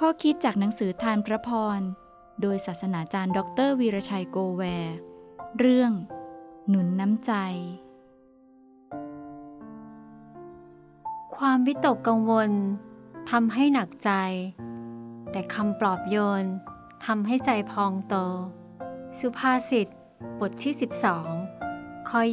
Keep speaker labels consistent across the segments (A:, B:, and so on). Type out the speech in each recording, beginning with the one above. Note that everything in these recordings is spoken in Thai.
A: ข้อคิดจากหนังสือทานพระพรโดยศาสนาจารย์ดร.วีรชัยโกแวร์เรื่องหนุนน้ำใจ
B: ความวิตกกังวลทำให้หนักใจแต่คำปลอบโยนทำให้ใจพองโตสุภาษิตบทที่12ข้อ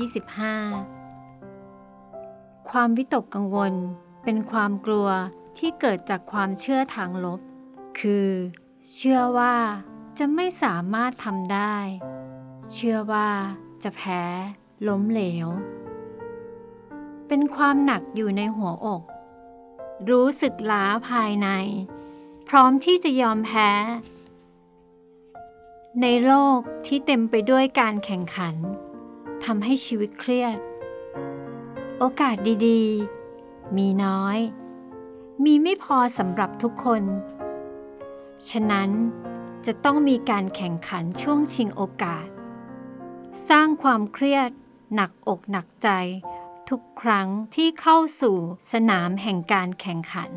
B: 25ความวิตกกังวลเป็นความกลัวที่เกิดจากความเชื่อทางลบคือเชื่อว่าจะไม่สามารถทำได้เชื่อว่าจะแพ้ล้มเหลวเป็นความหนักอยู่ในหัวอกรู้สึกล้าภายในพร้อมที่จะยอมแพ้ในโลกที่เต็มไปด้วยการแข่งขันทำให้ชีวิตเครียดโอกาสดีๆมีน้อยมีไม่พอสำหรับทุกคนฉะนั้นจะต้องมีการแข่งขันช่วงชิงโอกาสสร้างความเครียดหนักอกหนักใจทุกครั้งที่เข้าสู่สนามแห่งการแข่งขัน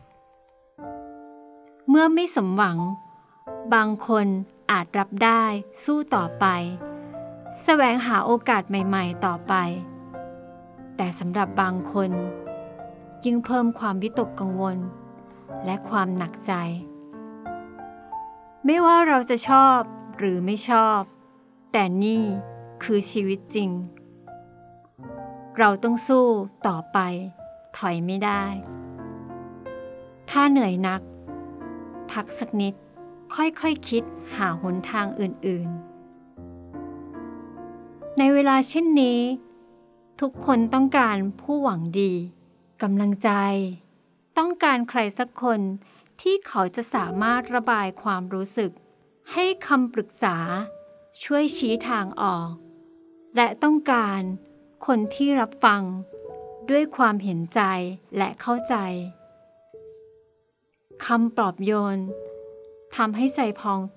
B: เมื่อไม่สมหวังบางคนอาจรับได้สู้ต่อไปแสวงหาโอกาสใหม่ๆต่อไปแต่สำหรับบางคนยิ่งเพิ่มความวิตกกังวลและความหนักใจไม่ว่าเราจะชอบหรือไม่ชอบแต่นี่คือชีวิตจริงเราต้องสู้ต่อไปถอยไม่ได้ถ้าเหนื่อยนักพักสักนิดค่อยๆคิดหาหนทางอื่นๆในเวลาเช่นนี้ทุกคนต้องการผู้หวังดีกำลังใจต้องการใครสักคนที่เขาจะสามารถระบายความรู้สึกให้คำปรึกษาช่วยชี้ทางออกและต้องการคนที่รับฟังด้วยความเห็นใจและเข้าใจคำปลอบโยนทำให้ใจพองโต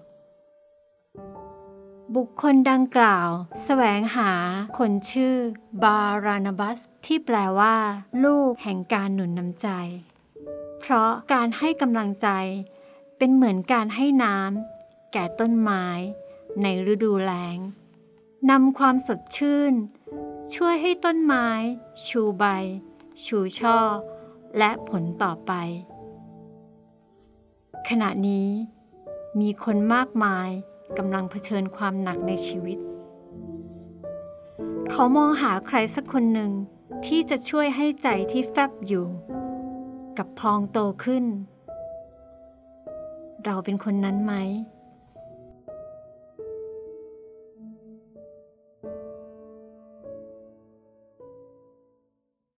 B: บุคคลดังกล่าวแสวงหาคนชื่อบารานาบัสที่แปลว่าลูกแห่งการหนุนน้ำใจเพราะการให้กำลังใจเป็นเหมือนการให้น้ำแก่ต้นไม้ในฤดูแล้งนำความสดชื่นช่วยให้ต้นไม้ชูใบชูช่อและผลต่อไปขณะนี้มีคนมากมายกำลังเผชิญความหนักในชีวิตเขามองหาใครสักคนหนึ่งที่จะช่วยให้ใจที่แฟบอยู่กับพองโตขึ้นเราเป็นคนนั้นไหม